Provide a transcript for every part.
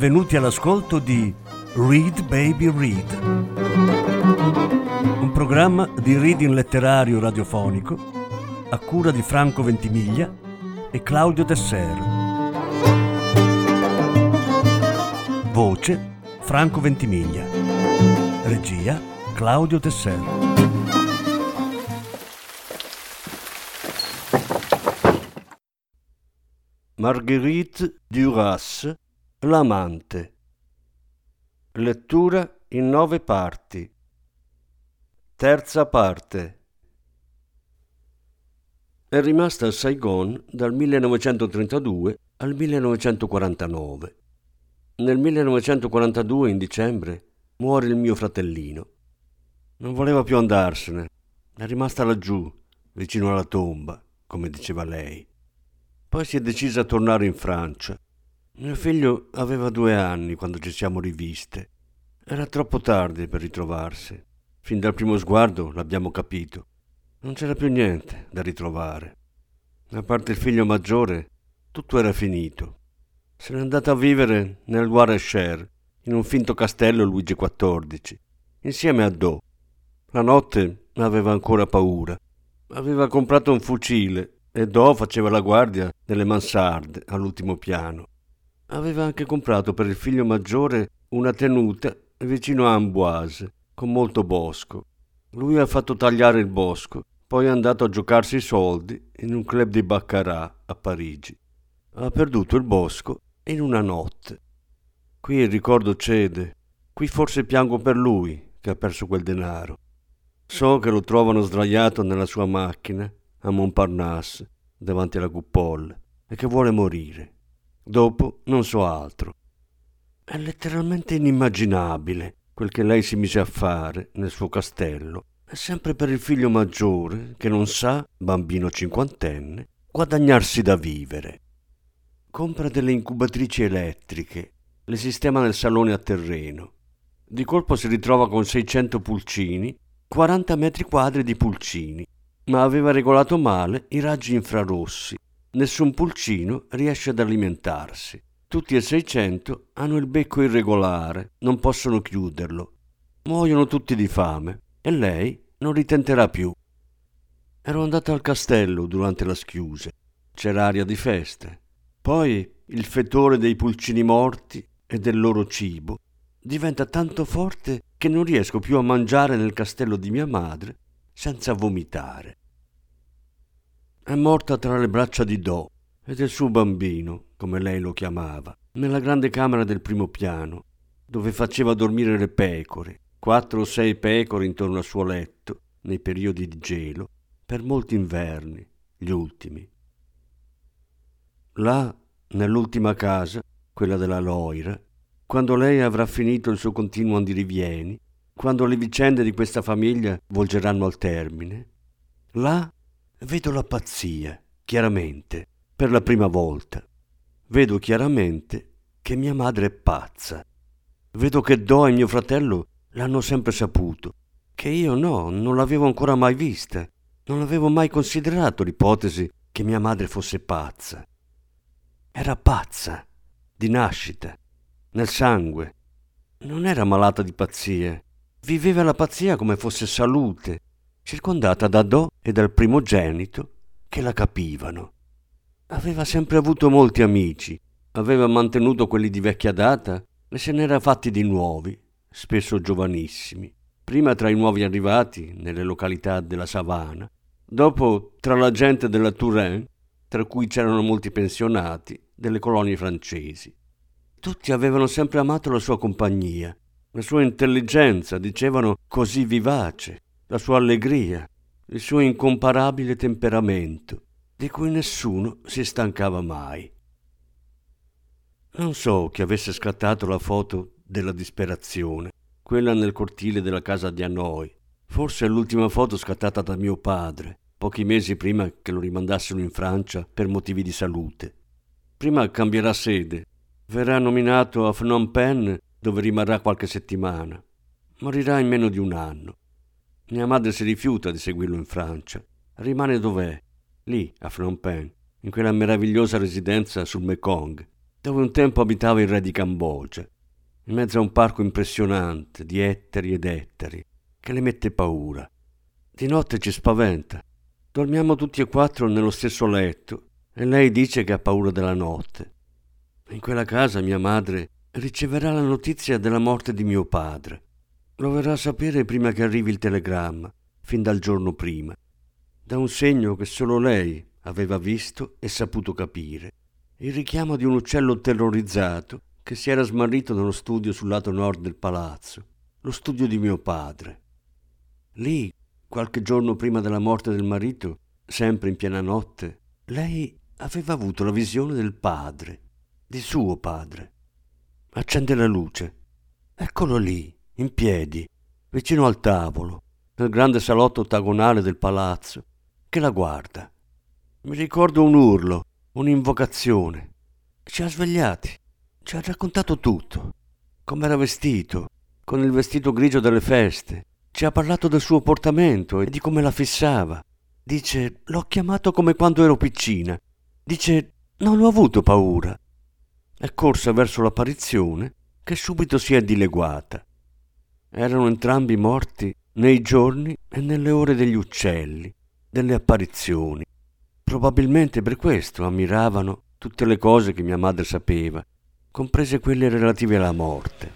benvenuti all'ascolto di Read Baby Read, un programma di reading letterario radiofonico a cura di Franco Ventimiglia e Claudio Desser. Voce Franco Ventimiglia. Regia Claudio Desser. Marguerite Duras, L'amante. Lettura in 9 parti. Terza parte. È rimasta a Saigon dal 1932 al 1949. Nel 1942, in dicembre, muore il mio fratellino. Non voleva più andarsene. È rimasta laggiù, vicino alla tomba, come diceva lei. Poi si è decisa a tornare in Francia. Mio figlio aveva 2 anni quando ci siamo riviste. Era troppo tardi per ritrovarsi. Fin dal primo sguardo l'abbiamo capito. Non c'era più niente da ritrovare. A parte il figlio maggiore, tutto era finito. Se n'è andata a vivere nel Loir-et-Cher, in un finto castello Luigi XIV, insieme a Do. La notte aveva ancora paura. Aveva comprato un fucile e Do faceva la guardia nelle mansarde all'ultimo piano. Aveva anche comprato per il figlio maggiore una tenuta vicino a Amboise, con molto bosco. Lui ha fatto tagliare il bosco, poi è andato a giocarsi i soldi in un club di baccarat a Parigi. Ha perduto il bosco in una notte. Qui il ricordo cede, qui forse piango per lui che ha perso quel denaro. So che lo trovano sdraiato nella sua macchina a Montparnasse, davanti alla coupole, e che vuole morire. Dopo non so altro. È letteralmente inimmaginabile quel che lei si mise a fare nel suo castello. È sempre per il figlio maggiore che non sa, bambino cinquantenne, guadagnarsi da vivere. Compra delle incubatrici elettriche, le sistema nel salone a terreno. Di colpo si ritrova con 600 pulcini, 40 metri quadri di pulcini, ma aveva regolato male i raggi infrarossi. Nessun pulcino riesce ad alimentarsi. Tutti e 600 hanno il becco irregolare, non possono chiuderlo. Muoiono tutti di fame e lei non ritenterà più. Ero andata al castello durante la schiuse. C'era aria di feste. Poi il fetore dei pulcini morti e del loro cibo diventa tanto forte che non riesco più a mangiare nel castello di mia madre senza vomitare. È morta tra le braccia di Do e del suo bambino, come lei lo chiamava, nella grande camera del primo piano, dove faceva dormire le pecore, 4 o 6 pecore intorno al suo letto, nei periodi di gelo, per molti inverni, gli ultimi. Là, nell'ultima casa, quella della Loira, quando lei avrà finito il suo continuo andirivieni, quando le vicende di questa famiglia volgeranno al termine, là vedo la pazzia, chiaramente, per la prima volta. Vedo chiaramente che mia madre è pazza. Vedo che Do e mio fratello l'hanno sempre saputo, che io no, non l'avevo ancora mai vista. Non avevo mai considerato l'ipotesi che mia madre fosse pazza. Era pazza, di nascita, nel sangue. Non era malata di pazzia. Viveva la pazzia come fosse salute, circondata da Do e dal primogenito che la capivano. Aveva sempre avuto molti amici, aveva mantenuto quelli di vecchia data e se n'era fatti di nuovi, spesso giovanissimi, prima tra i nuovi arrivati nelle località della savana, dopo tra la gente della Touraine, tra cui c'erano molti pensionati delle colonie francesi. Tutti avevano sempre amato la sua compagnia, la sua intelligenza, dicevano, così vivace, la sua allegria, il suo incomparabile temperamento, di cui nessuno si stancava mai. Non so chi avesse scattato la foto della disperazione, quella nel cortile della casa di Hanoi. Forse è l'ultima foto scattata da mio padre, pochi mesi prima che lo rimandassero in Francia per motivi di salute. Prima cambierà sede, verrà nominato a Phnom Penh, dove rimarrà qualche settimana. Morirà in meno di 1 anno. Mia madre si rifiuta di seguirlo in Francia. Rimane dov'è, lì a Phnom Penh, in quella meravigliosa residenza sul Mekong. dove un tempo abitava il re di Cambogia, in mezzo a un parco impressionante di ettari ed ettari, che le mette paura. Di notte ci spaventa. Dormiamo tutti e quattro nello stesso letto e lei dice che ha paura della notte. In quella casa mia madre riceverà la notizia della morte di mio padre. Lo verrà a sapere prima che arrivi il telegramma, fin dal giorno prima, da un segno che solo lei aveva visto e saputo capire, il richiamo di un uccello terrorizzato che si era smarrito nello studio sul lato nord del palazzo, lo studio di mio padre. Lì, qualche giorno prima della morte del marito, sempre in piena notte, lei aveva avuto la visione del padre, di suo padre. Accende la luce. Eccolo lì, in piedi, vicino al tavolo, nel grande salotto ottagonale del palazzo, che la guarda. Mi ricordo un urlo, un'invocazione. Ci ha svegliati, ci ha raccontato tutto. Com'era vestito, con il vestito grigio delle feste. Ci ha parlato del suo portamento e di come la fissava. Dice, l'ho chiamato come quando ero piccina. Dice, non ho avuto paura. È corsa verso l'apparizione, che subito si è dileguata. Erano entrambi morti nei giorni e nelle ore degli uccelli, delle apparizioni. Probabilmente per questo ammiravano tutte le cose che mia madre sapeva, comprese quelle relative alla morte.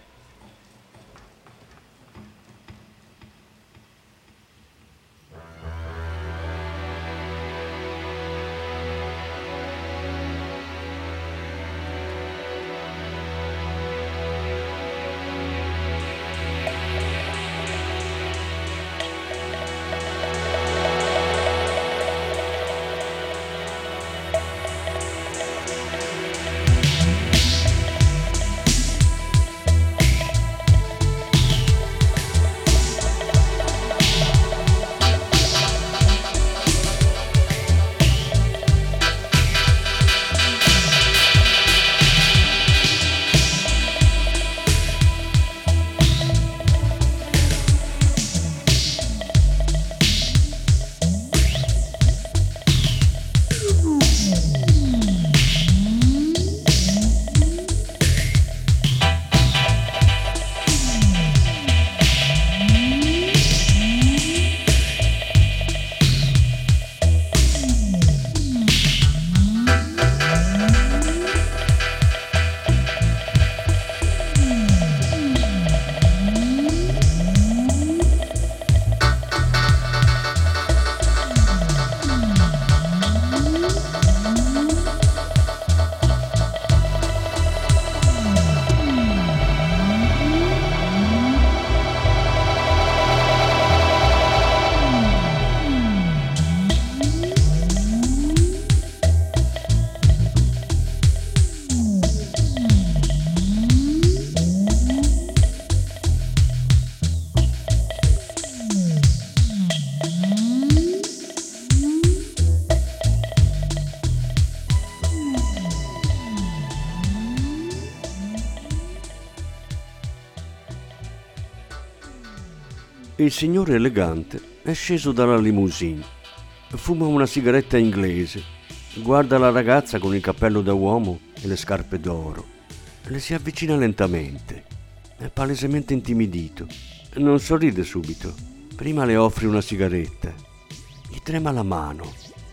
Il signore elegante è sceso dalla limousine, fuma una sigaretta inglese, guarda la ragazza con il cappello da uomo e le scarpe d'oro. Le si avvicina lentamente. È palesemente intimidito. Non sorride subito. Prima le offre una sigaretta. Gli trema la mano.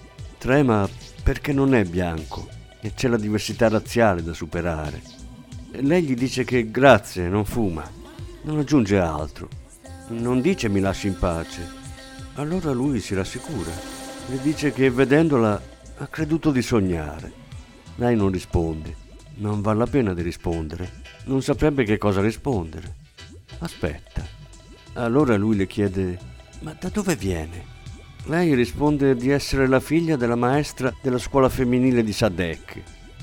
Trema perché non è bianco e c'è la diversità razziale da superare. Lei gli dice che grazie, non fuma. Non aggiunge altro. Non dice mi lasci in pace. Allora lui si rassicura. Le dice che vedendola ha creduto di sognare. Lei non risponde. Non vale la pena di rispondere. Non saprebbe che cosa rispondere. Aspetta. Allora lui le chiede: ma da dove viene? Lei risponde di essere la figlia della maestra della scuola femminile di Sadek.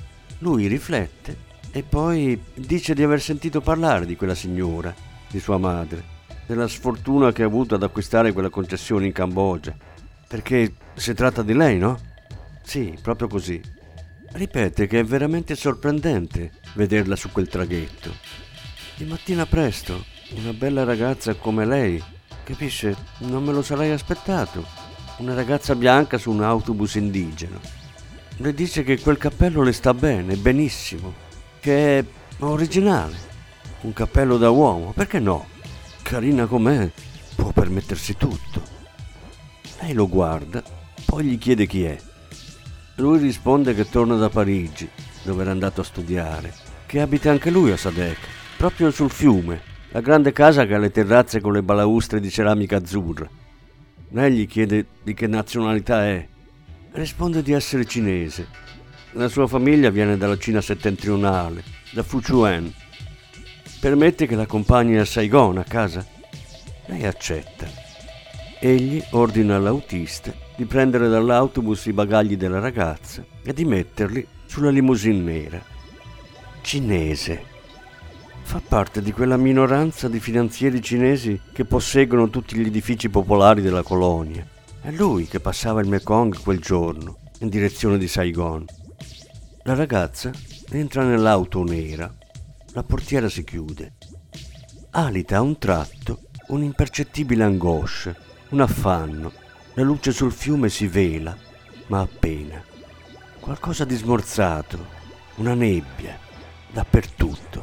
Lui riflette e poi dice di aver sentito parlare di quella signora, di sua madre, della sfortuna che ha avuto ad acquistare quella concessione in Cambogia. Perché si tratta di lei, no? Sì, proprio così. Ripete che è veramente sorprendente vederla su quel traghetto. Di mattina presto, una bella ragazza come lei, capisce? Non me lo sarei aspettato. Una ragazza bianca su un autobus indigeno. Le dice che quel cappello le sta bene, benissimo, che è originale, un cappello da uomo, perché no? Carina com'è, può permettersi tutto. Lei lo guarda, poi gli chiede chi è. Lui risponde che torna da Parigi, dove era andato a studiare, che abita anche lui a Sadek, proprio sul fiume, la grande casa che ha le terrazze con le balaustre di ceramica azzurra. Lei gli chiede di che nazionalità è. Risponde di essere cinese. La sua famiglia viene dalla Cina settentrionale, da Fujian. Permette che l'accompagni a Saigon, a casa? Lei accetta. Egli ordina all'autista di prendere dall'autobus i bagagli della ragazza e di metterli sulla limousine nera. Cinese. Fa parte di quella minoranza di finanzieri cinesi che posseggono tutti gli edifici popolari della colonia. È lui che passava il Mekong quel giorno, in direzione di Saigon. La ragazza entra nell'auto nera. La portiera si chiude. Alita a un tratto un'impercettibile angoscia, un affanno. La luce sul fiume si vela, ma appena. Qualcosa di smorzato, una nebbia, dappertutto.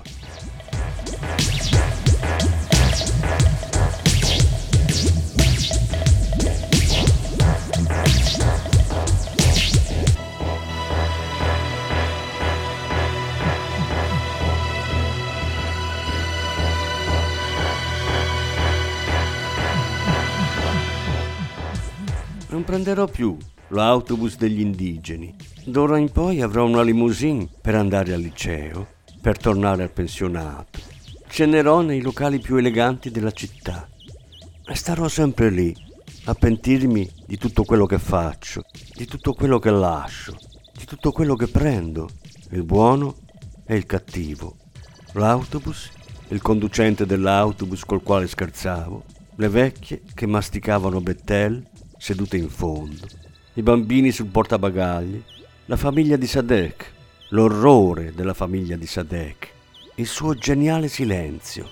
Non prenderò più l'autobus degli indigeni. D'ora in poi avrò una limousine per andare al liceo, per tornare al pensionato. Cenerò nei locali più eleganti della città. E starò sempre lì, a pentirmi di tutto quello che faccio, di tutto quello che lascio, di tutto quello che prendo, il buono e il cattivo. L'autobus, il conducente dell'autobus col quale scherzavo, le vecchie che masticavano Bettel sedute in fondo, i bambini sul portabagagli, la famiglia di Sadek, l'orrore della famiglia di Sadek, il suo geniale silenzio.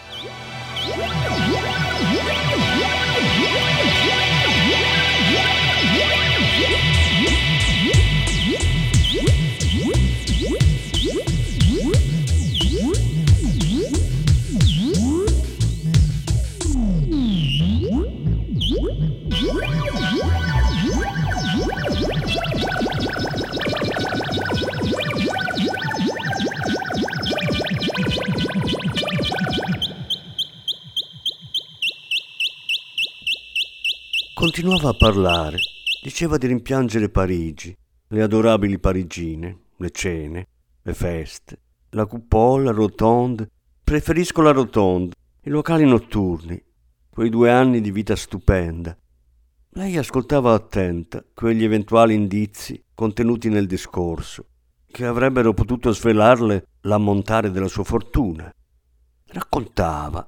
Continuava a parlare, diceva di rimpiangere Parigi, le adorabili parigine, le cene, le feste, la coupole, la rotonde. Preferisco la rotonde, i locali notturni, quei 2 anni di vita stupenda. Lei ascoltava attenta quegli eventuali indizi contenuti nel discorso, che avrebbero potuto svelarle l'ammontare della sua fortuna. Raccontava.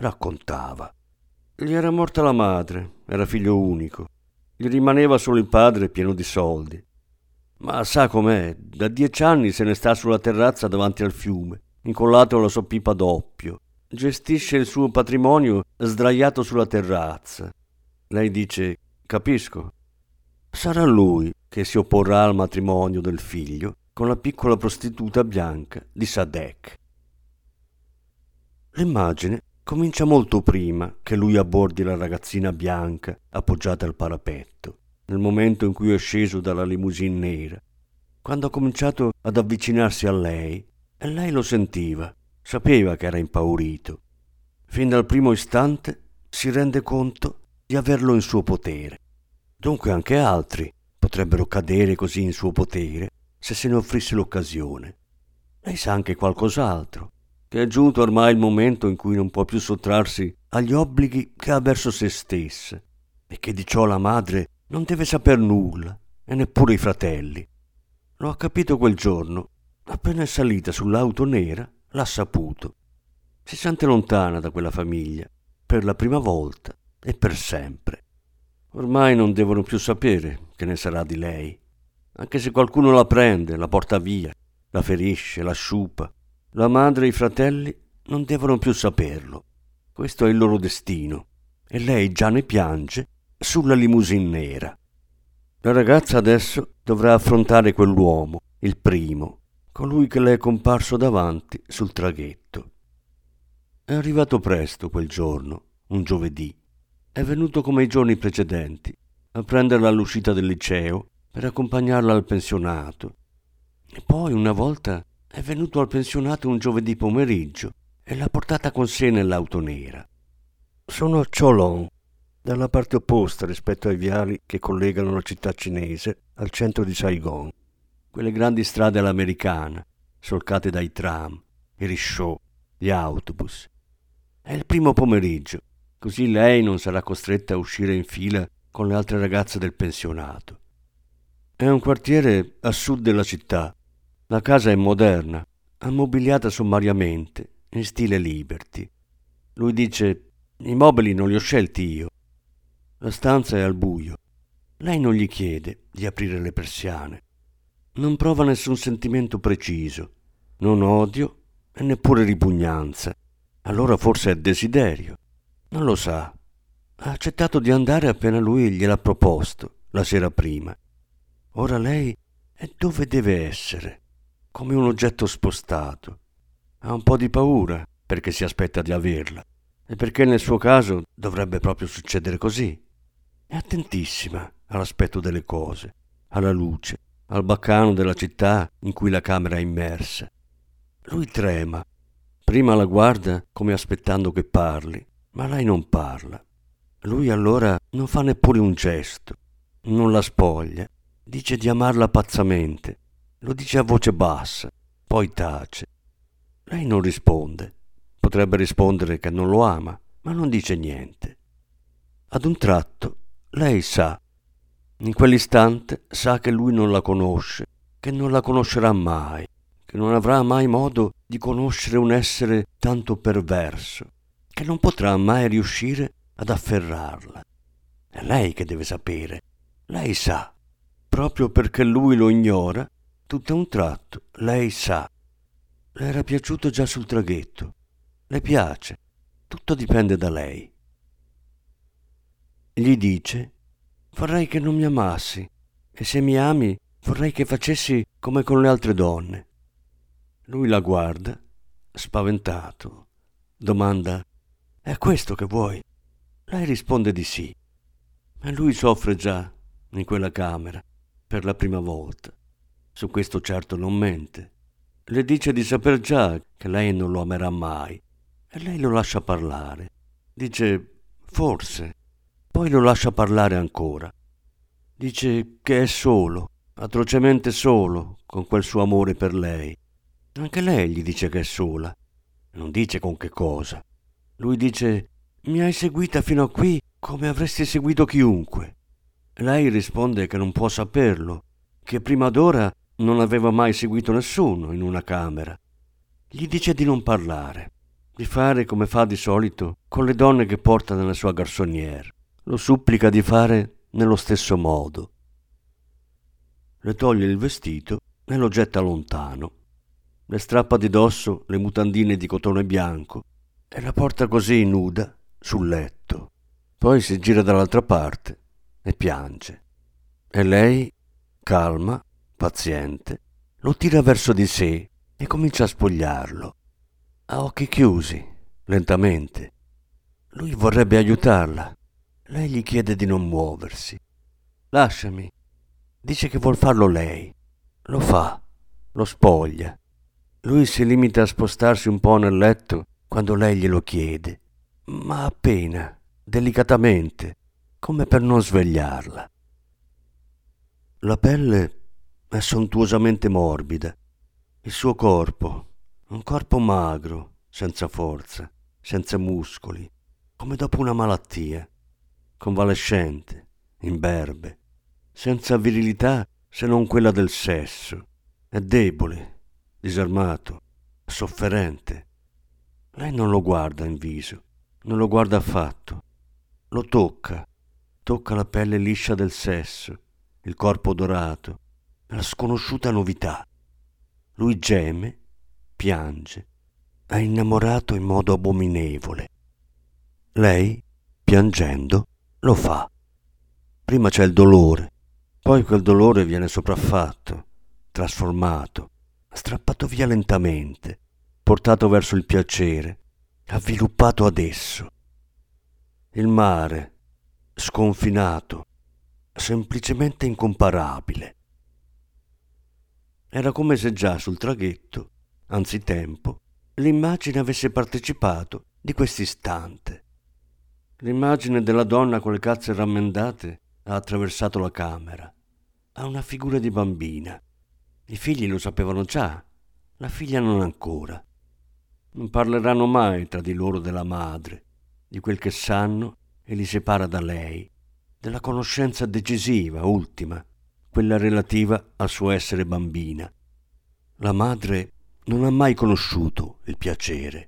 Gli era morta la madre, era figlio unico. Gli rimaneva solo il padre pieno di soldi. Ma sa com'è, da 10 anni se ne sta sulla terrazza davanti al fiume, incollato alla sua pipa d'oppio. Gestisce il suo patrimonio sdraiato sulla terrazza. Lei dice, capisco. Sarà lui che si opporrà al matrimonio del figlio con la piccola prostituta bianca di Sadek. L'immagine comincia molto prima che lui abbordi la ragazzina bianca appoggiata al parapetto, nel momento in cui è sceso dalla limousine nera, quando ha cominciato ad avvicinarsi a lei, e lei lo sentiva, sapeva che era impaurito. Fin dal primo istante si rende conto di averlo in suo potere. Dunque anche altri potrebbero cadere così in suo potere se se ne offrisse l'occasione. Lei sa anche qualcos'altro, che è giunto ormai il momento in cui non può più sottrarsi agli obblighi che ha verso se stessa e che di ciò la madre non deve saper nulla e neppure i fratelli. Lo ha capito quel giorno, appena è salita sull'auto nera, l'ha saputo. Si sente lontana da quella famiglia, per la prima volta e per sempre. Ormai non devono più sapere che ne sarà di lei, anche se qualcuno la prende, la porta via, la ferisce, la sciupa. La madre e i fratelli non devono più saperlo. Questo è il loro destino e lei già ne piange sulla limousine nera. La ragazza adesso dovrà affrontare quell'uomo, il primo, colui che le è comparso davanti sul traghetto. È arrivato presto quel giorno, un giovedì. È venuto come i giorni precedenti, a prenderla all'uscita del liceo per accompagnarla al pensionato. E poi una volta è venuto al pensionato un giovedì pomeriggio e l'ha portata con sé nell'auto nera. Sono a Cholon, dalla parte opposta rispetto ai viali che collegano la città cinese al centro di Saigon. Quelle grandi strade all'americana, solcate dai tram, i rickshaw, gli autobus. È il primo pomeriggio, così lei non sarà costretta a uscire in fila con le altre ragazze del pensionato. È un quartiere a sud della città. La casa è moderna, ammobiliata sommariamente, in stile Liberty. Lui dice: i mobili non li ho scelti io. La stanza è al buio. Lei non gli chiede di aprire le persiane. Non prova nessun sentimento preciso, non odio e neppure ripugnanza. Allora forse è desiderio. Non lo sa. Ha accettato di andare appena lui gliel'ha proposto, la sera prima. Ora lei è dove deve essere, come un oggetto spostato. Ha un po' di paura perché si aspetta di averla e perché nel suo caso dovrebbe proprio succedere così. È attentissima all'aspetto delle cose, alla luce, al baccano della città in cui la camera è immersa. Lui trema. Prima la guarda come aspettando che parli, ma lei non parla. Lui allora non fa neppure un gesto, non la spoglia, dice di amarla pazzamente, lo dice a voce bassa, poi tace. Lei non risponde. Potrebbe rispondere che non lo ama, ma non dice niente. Ad un tratto lei sa. In quell'istante sa che lui non la conosce, che non la conoscerà mai, che non avrà mai modo di conoscere un essere tanto perverso, che non potrà mai riuscire ad afferrarla. È lei che deve sapere. Lei sa. Proprio perché lui lo ignora, tutto a un tratto lei sa. Le era piaciuto già sul traghetto. Le piace. Tutto dipende da lei. Gli dice: vorrei che non mi amassi, e se mi ami vorrei che facessi come con le altre donne. Lui la guarda, spaventato. Domanda: è questo che vuoi? Lei risponde di sì. E lui soffre già in quella camera, per la prima volta. Su questo certo non mente. Le dice di saper già che lei non lo amerà mai. E lei lo lascia parlare. Dice: forse. Poi lo lascia parlare ancora. Dice che è solo, atrocemente solo, con quel suo amore per lei. Anche lei gli dice che è sola. Non dice con che cosa. Lui dice: mi hai seguita fino a qui come avresti seguito chiunque. Lei risponde che non può saperlo, che prima d'ora non aveva mai seguito nessuno in una camera. Gli dice di non parlare, di fare come fa di solito con le donne che porta nella sua garçonnière. Lo supplica di fare nello stesso modo. Le toglie il vestito e lo getta lontano. Le strappa di dosso le mutandine di cotone bianco e la porta così nuda sul letto. Poi si gira dall'altra parte e piange. E lei, calma, paziente, lo tira verso di sé e comincia a spogliarlo. A occhi chiusi, lentamente. Lui vorrebbe aiutarla. Lei gli chiede di non muoversi. Lasciami. Dice che vuol farlo lei. Lo fa. Lo spoglia. Lui si limita a spostarsi un po' nel letto quando lei glielo chiede, ma appena, delicatamente, come per non svegliarla. La pelle è sontuosamente morbida. Il suo corpo, un corpo magro, senza forza, senza muscoli, come dopo una malattia, convalescente, imberbe, senza virilità se non quella del sesso. È debole, disarmato, sofferente. Lei non lo guarda in viso, non lo guarda affatto. Lo tocca la pelle liscia del sesso, il corpo dorato, la sconosciuta novità. Lui geme, piange, è innamorato in modo abominevole. Lei, piangendo, lo fa. Prima c'è il dolore, Poi quel dolore viene sopraffatto, trasformato, strappato via lentamente, portato verso il piacere, avviluppato ad esso. Il mare, sconfinato, semplicemente incomparabile. Era come se già sul traghetto, anzitempo, l'immagine avesse partecipato di quest'istante. L'immagine della donna con le calze rammendate ha attraversato la camera. Ha una figura di bambina. I figli lo sapevano già, la figlia non ancora. Non parleranno mai tra di loro della madre, di quel che sanno e li separa da lei, della conoscenza decisiva, ultima, quella relativa al suo essere bambina. La madre non ha mai conosciuto il piacere.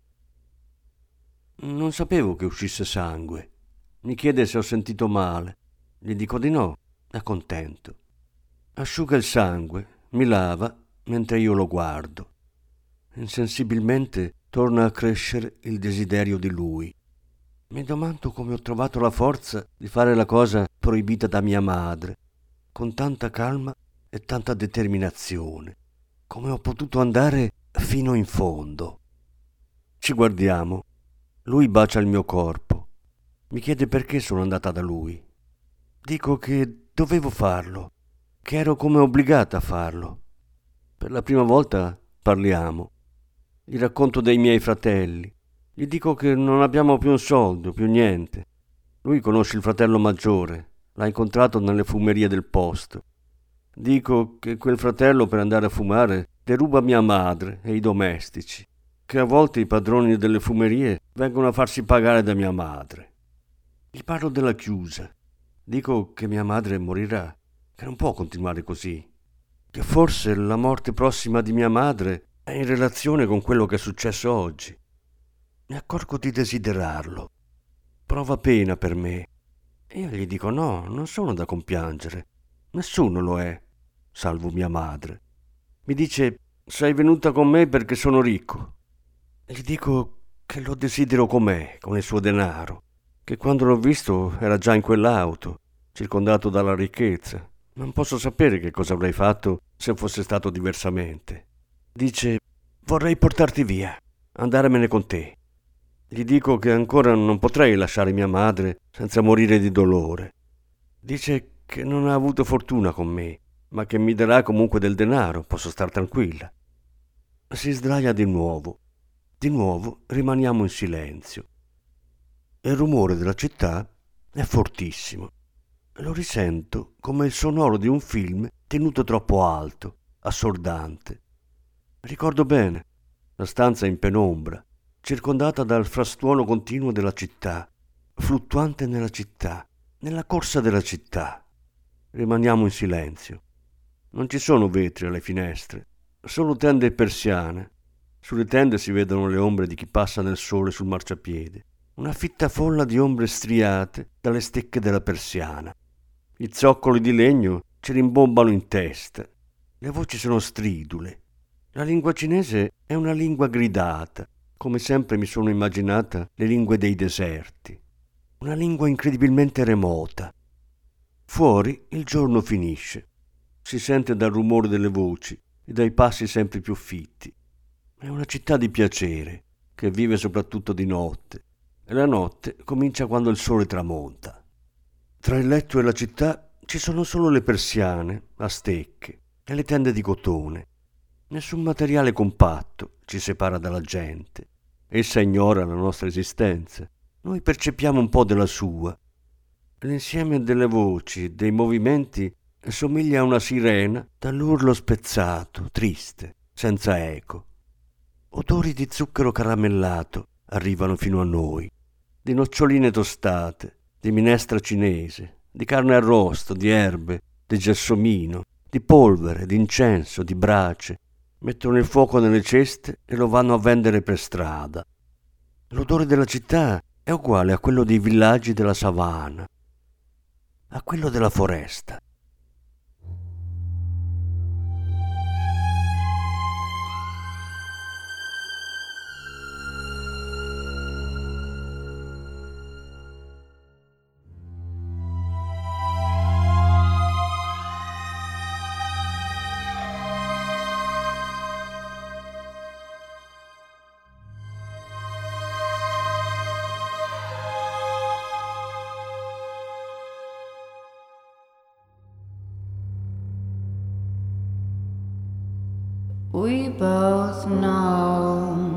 Non sapevo che uscisse sangue. Mi chiede se ho sentito male. Gli dico di no, è contento. Asciuga il sangue, mi lava mentre io lo guardo. Insensibilmente torna a crescere il desiderio di lui. Mi domando come ho trovato la forza di fare la cosa proibita da mia madre, con tanta calma e tanta determinazione. Come ho potuto andare fino in fondo. Ci guardiamo. Lui bacia il mio corpo. Mi chiede perché sono andata da lui. Dico che dovevo farlo, che ero come obbligata a farlo. Per la prima volta parliamo. Gli racconto dei miei fratelli. Gli dico che non abbiamo più un soldo, più niente. Lui conosce il fratello maggiore. L'ha incontrato nelle fumerie del posto. Dico che quel fratello per andare a fumare deruba mia madre e i domestici, che a volte i padroni delle fumerie vengono a farsi pagare da mia madre. Gli parlo della chiusa. Dico che mia madre morirà, che non può continuare così, che forse la morte prossima di mia madre è in relazione con quello che è successo oggi. Mi accorgo di desiderarlo. Prova pena per me. Io gli dico no, non sono da compiangere. Nessuno lo è, salvo mia madre. Mi dice, sei venuta con me perché sono ricco. Gli dico che lo desidero com'è, con il suo denaro, che quando l'ho visto era già in quell'auto, circondato dalla ricchezza. Non posso sapere che cosa avrei fatto se fosse stato diversamente. Dice, vorrei portarti via, andarmene con te. Gli dico che ancora non potrei lasciare mia madre senza morire di dolore. Dice che non ha avuto fortuna con me, ma che mi darà comunque del denaro, posso star tranquilla. Si sdraia di nuovo. Di nuovo rimaniamo in silenzio. Il rumore della città è fortissimo. Lo risento come il sonoro di un film tenuto troppo alto, assordante. Ricordo bene la stanza in penombra, circondata dal frastuono continuo della città, fluttuante nella città, nella corsa della città. Rimaniamo in silenzio. Non ci sono vetri alle finestre, solo tende e persiane. Sulle tende si vedono le ombre di chi passa nel sole sul marciapiede. Una fitta folla di ombre striate dalle stecche della persiana. I zoccoli di legno ci rimbombano in testa. Le voci sono stridule. La lingua cinese è una lingua gridata, come sempre mi sono immaginata le lingue dei deserti. Una lingua incredibilmente remota. Fuori il giorno finisce. Si sente dal rumore delle voci e dai passi sempre più fitti. È una città di piacere, che vive soprattutto di notte, e la notte comincia quando il sole tramonta. Tra il letto e la città ci sono solo le persiane, a stecche, e le tende di cotone. Nessun materiale compatto ci separa dalla gente. Essa ignora la nostra esistenza. Noi percepiamo un po' della sua. L'insieme delle voci, dei movimenti, somiglia a una sirena dall'urlo spezzato, triste, senza eco. Odori di zucchero caramellato arrivano fino a noi, di noccioline tostate, di minestra cinese, di carne arrosto, di erbe, di gelsomino, di polvere, di incenso, di brace. Mettono il fuoco nelle ceste e lo vanno a vendere per strada. L'odore della città è uguale a quello dei villaggi della savana, a quello della foresta. We both know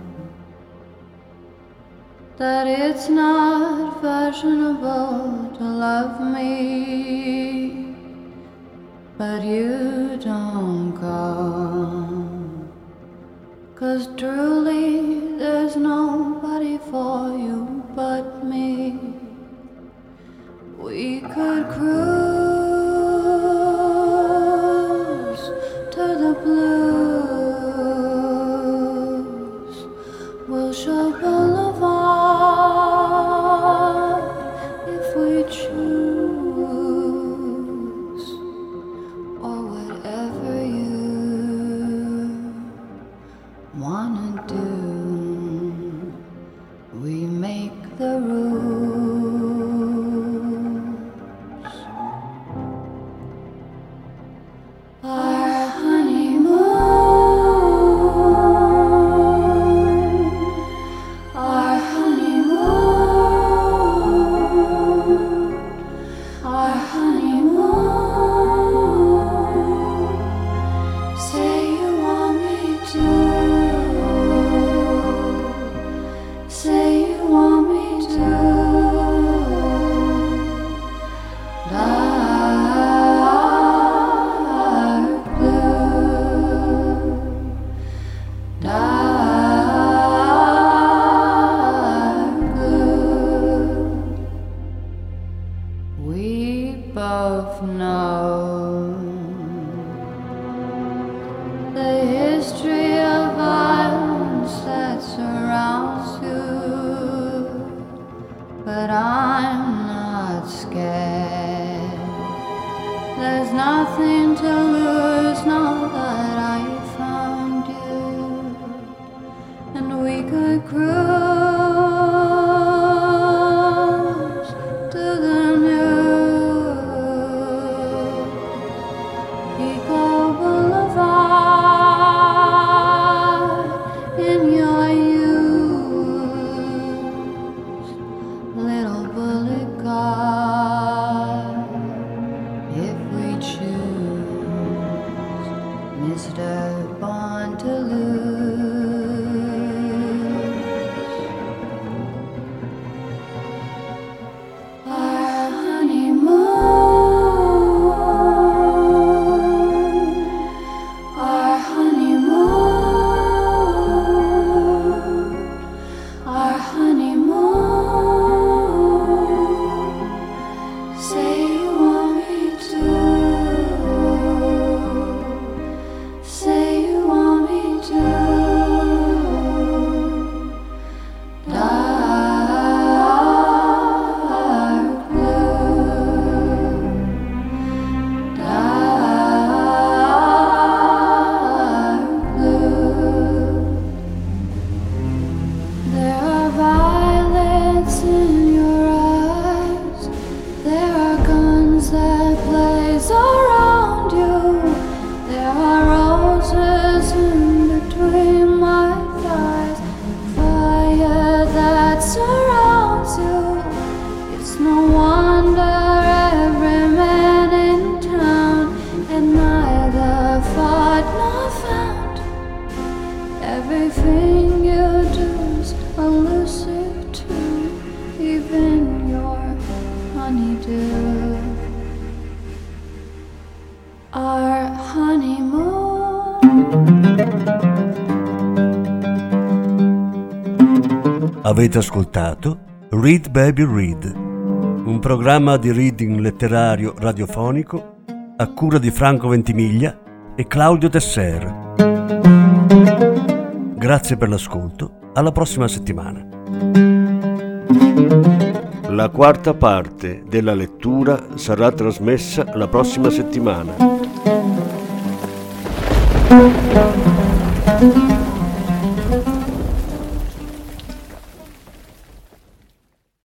that it's not fashionable to love me, but you don't go, 'cause truly there's nobody for you but me. We could cruise to the blues, Wilshire Boulevard, if we choose, or whatever you wanna do, we make the rules. Our honeymoon, our honeymoon, our honeymoon. Say you want me to, say you want me to. Dark blue, dark blue. We both know the history of violence that surrounds you, but I'm not scared. There's nothing to lose now that I found you, and we could cruise to the new Pico Boulevard in your used little bullet car, if we choose, Mr. Born to lose. Our honeymoon, our honeymoon, our honeymoon. Say you want me to, say you want me to. Dark blue, dark blue. There are violets in your eyes, there are guns that blaze around you, there are roses in between my thighs, fire that surrounds you. It's no wonder every man in town had neither fought nor found. Everything you do's elusive too, even your honeydew. Our honeymoon. Avete ascoltato Read Baby Read, un programma di reading letterario radiofonico a cura di Franco Ventimiglia e Claudio Tesser. Grazie per l'ascolto, alla prossima settimana. La quarta parte della lettura sarà trasmessa la prossima settimana.